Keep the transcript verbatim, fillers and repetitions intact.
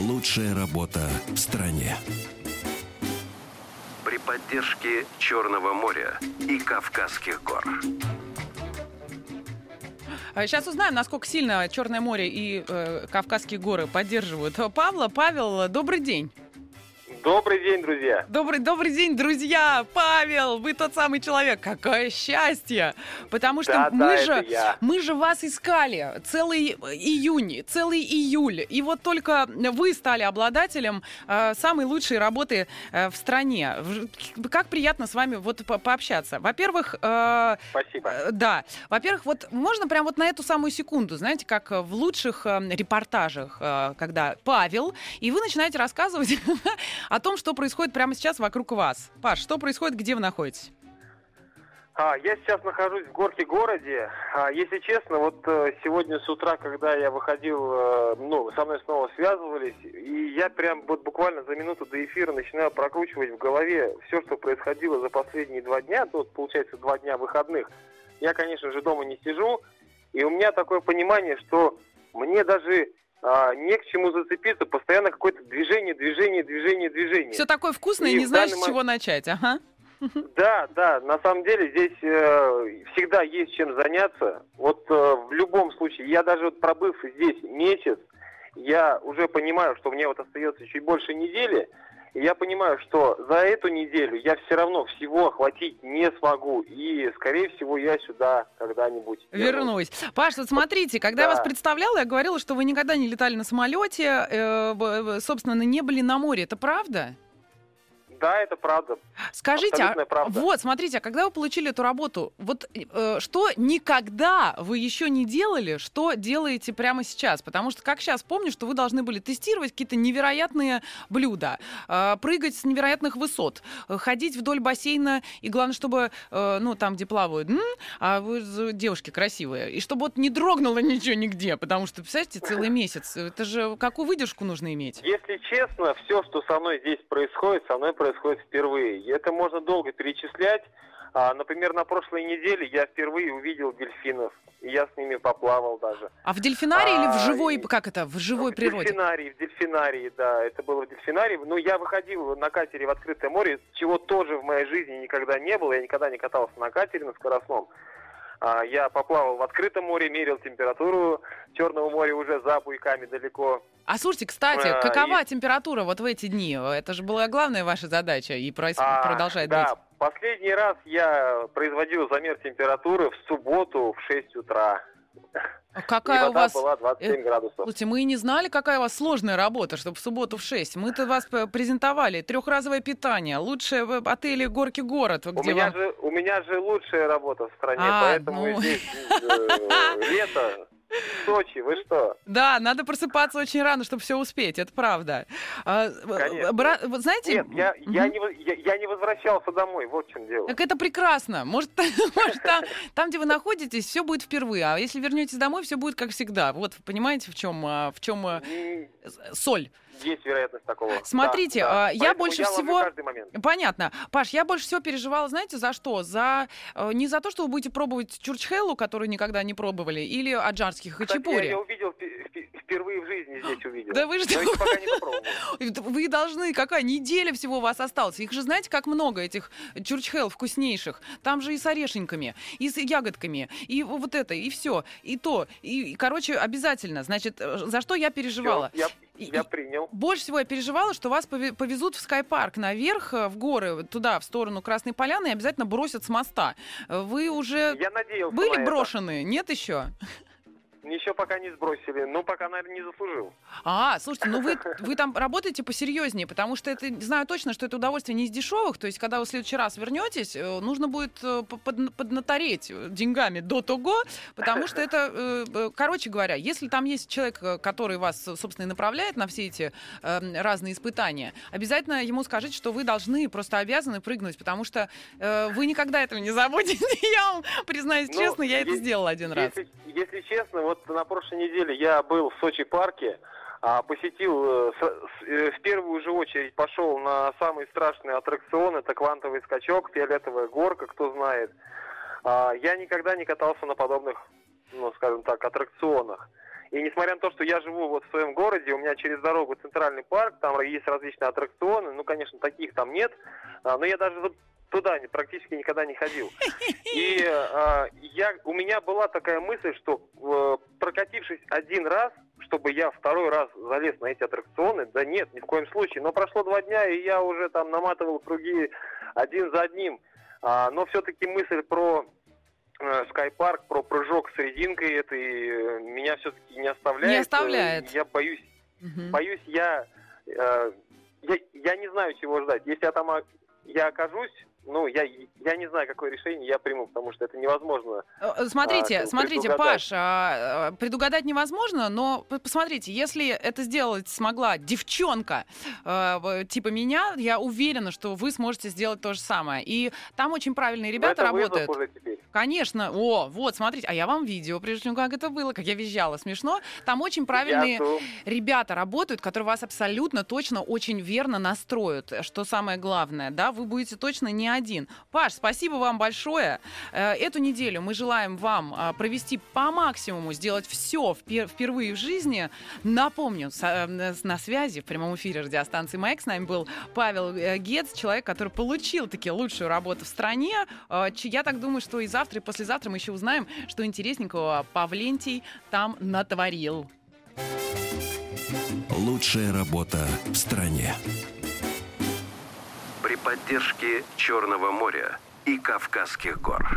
Лучшая работа в стране. При поддержке Черного моря и Кавказских гор. Сейчас узнаем, насколько сильно Черное море и э, Кавказские горы поддерживают Павла. Павел, добрый день. Добрый день, друзья. Добрый, добрый день, друзья. Павел, вы тот самый человек. Какое счастье. Потому что да, мы, да, же, я. мы же вас искали целый июнь, целый июль. И вот только вы стали обладателем э, самой лучшей работы э, в стране. Как приятно с вами вот по пообщаться. Во-первых... Э, Спасибо. Э, да. Во-первых, вот можно прям вот на эту самую секунду, знаете, как в лучших э, репортажах, э, когда Павел, и вы начинаете рассказывать... о том, что происходит прямо сейчас вокруг вас. Паш, что происходит, где вы находитесь? А, я сейчас нахожусь в Горке-городе. А, если честно, вот э, сегодня с утра, когда я выходил, э, ну, со мной снова связывались, и я прям вот буквально за минуту до эфира начинаю прокручивать в голове все, что происходило за последние два дня, то, получается, два дня выходных. Я, конечно же, дома не сижу, и у меня такое понимание, что мне даже... А, не к чему зацепиться, постоянно какое-то движение, движение, движение, движение. Все такое вкусное, и не знаешь, с чего начать, ага. Да, да, на самом деле здесь э, всегда есть чем заняться. Вот э, в любом случае, я даже вот пробыв здесь месяц, я уже понимаю, что мне вот остается чуть больше недели, и я понимаю, что за эту неделю я все равно всего охватить не смогу. И, скорее всего, я сюда когда-нибудь вернусь. Паш, вот смотрите, когда да. я вас представляла, я говорила, что вы никогда не летали на самолете, э, собственно, не были на море. Это правда? Да, это правда. Скажите, а, правда. вот, смотрите, а когда вы получили эту работу, вот э, что никогда вы еще не делали, что делаете прямо сейчас? Потому что, как сейчас помню, что вы должны были тестировать какие-то невероятные блюда, э, прыгать с невероятных высот, э, ходить вдоль бассейна, и главное, чтобы, э, ну, там, где плавают, м- а вы девушки красивые, и чтобы вот не дрогнуло ничего нигде, потому что, представляете, целый месяц, это же какую выдержку нужно иметь? Если честно, все, что со мной здесь происходит, со мной происходит происходит впервые. И это можно долго перечислять. А, например, на прошлой неделе я впервые увидел дельфинов. И я с ними поплавал даже. А в дельфинарии а, или в живой, и... как это, в живой в природе? В дельфинарии, в дельфинарии, да. Это было в дельфинарии. Но я выходил на катере в открытое море, чего тоже в моей жизни никогда не было. Я никогда не катался на катере, на скоростном. А, я поплавал в открытом море, мерил температуру Черного моря уже за буйками далеко. А слушайте, кстати, а, какова и... температура вот в эти дни? Это же была главная ваша задача и прос... а, продолжает да, быть. Да, последний раз я производил замер температуры в субботу в шесть утра. А какая и у вас... была двадцать семь градусов. Слушайте, мы и не знали, какая у вас сложная работа, чтобы в субботу в шесть. Мы-то вас презентовали. Трехразовое питание, лучшее в отеле «Горки город». У, где меня вам... же, у меня же лучшая работа в стране, а, поэтому ну... здесь лето... В Сочи, вы что? Да, надо просыпаться очень рано, чтобы все успеть, это правда. Конечно. Бра... Вы знаете... Нет, я, угу. я, не, я, я не возвращался домой, вот в чем дело. Так это прекрасно. Может, может там, там, где вы находитесь, все будет впервые, а если вернетесь домой, все будет как всегда. Вот, понимаете, в чем, в чем соль? Есть вероятность такого. Смотрите, да, да. я больше я всего... момент. Понятно. Паш, я больше всего переживала, знаете, за что? За... Не за то, что вы будете пробовать чурчхеллу, которую никогда не пробовали, или аджарских хачапури. Я ее увидел впервые в жизни здесь увидел. Да вы что? Но пока не попробовал. Вы должны, какая неделя всего у вас осталась. Их же знаете, как много этих чурчхелл вкуснейших. Там же и с орешеньками, и с ягодками, и вот это, и все, и то. И, короче, обязательно. Значит, за что я переживала? Всё, я, я принял. Больше всего я переживала, что вас повезут в скайпарк наверх, в горы, туда, в сторону Красной Поляны, и обязательно бросят с моста. Вы уже я надеялся были на брошены? Это. Нет еще? Еще пока не сбросили, ну пока, наверное, не заслужил. А, слушайте, ну вы, вы там работаете посерьезнее, потому что это, знаю точно, что это удовольствие не из дешевых, то есть когда вы в следующий раз вернетесь, нужно будет под, поднатореть деньгами до того, потому что это, короче говоря, если там есть человек, который вас, собственно, и направляет на все эти разные испытания, обязательно ему скажите, что вы должны, просто обязаны прыгнуть, потому что вы никогда этого не забудете. Я вам признаюсь ну, честно, я если, это сделала один раз. Если, если честно, вот на прошлой неделе я был в Сочи-парке, посетил, в первую же очередь пошел на самый страшный аттракцион, это квантовый скачок, фиолетовая горка, кто знает. Я никогда не катался на подобных, ну, скажем так, аттракционах. И несмотря на то, что я живу вот в своем городе, у меня через дорогу центральный парк, там есть различные аттракционы, ну, конечно, таких там нет, но я даже туда практически никогда не ходил. И э, я, у меня была такая мысль, что э, прокатившись один раз, чтобы я второй раз залез на эти аттракционы, да нет, ни в коем случае. Но прошло два дня, и я уже там наматывал круги один за одним. А, но все-таки мысль про э, скайпарк, про прыжок с резинкой, это э, меня все-таки не оставляет. Не оставляет. Я боюсь, Угу. боюсь я, э, я, я не знаю, чего ждать. Если я там я окажусь, ну, я, я не знаю, какое решение я приму, потому что это невозможно. Смотрите, а, смотрите, Паш, а, предугадать невозможно, но посмотрите, если это сделать смогла девчонка а, типа меня, я уверена, что вы сможете сделать то же самое. И там очень правильные ребята это работают. Уже теперь. Конечно. О, вот, смотрите, а я вам видео, прежде чем как это было, как я визжала, смешно. Там очень правильные Я ребята работают, которые вас абсолютно точно очень верно настроят, что самое главное, да, вы будете точно не один. Паш, спасибо вам большое. Эту неделю мы желаем вам провести по максимуму, сделать все впервые в жизни. Напомню, на связи в прямом эфире радиостанции «Маяк» с нами был Павел Гец, человек, который получил таки лучшую работу в стране. Я так думаю, что и завтра, и послезавтра мы еще узнаем, что интересненького Павлентий там натворил. Лучшая работа в стране. При поддержке Черного моря и Кавказских гор.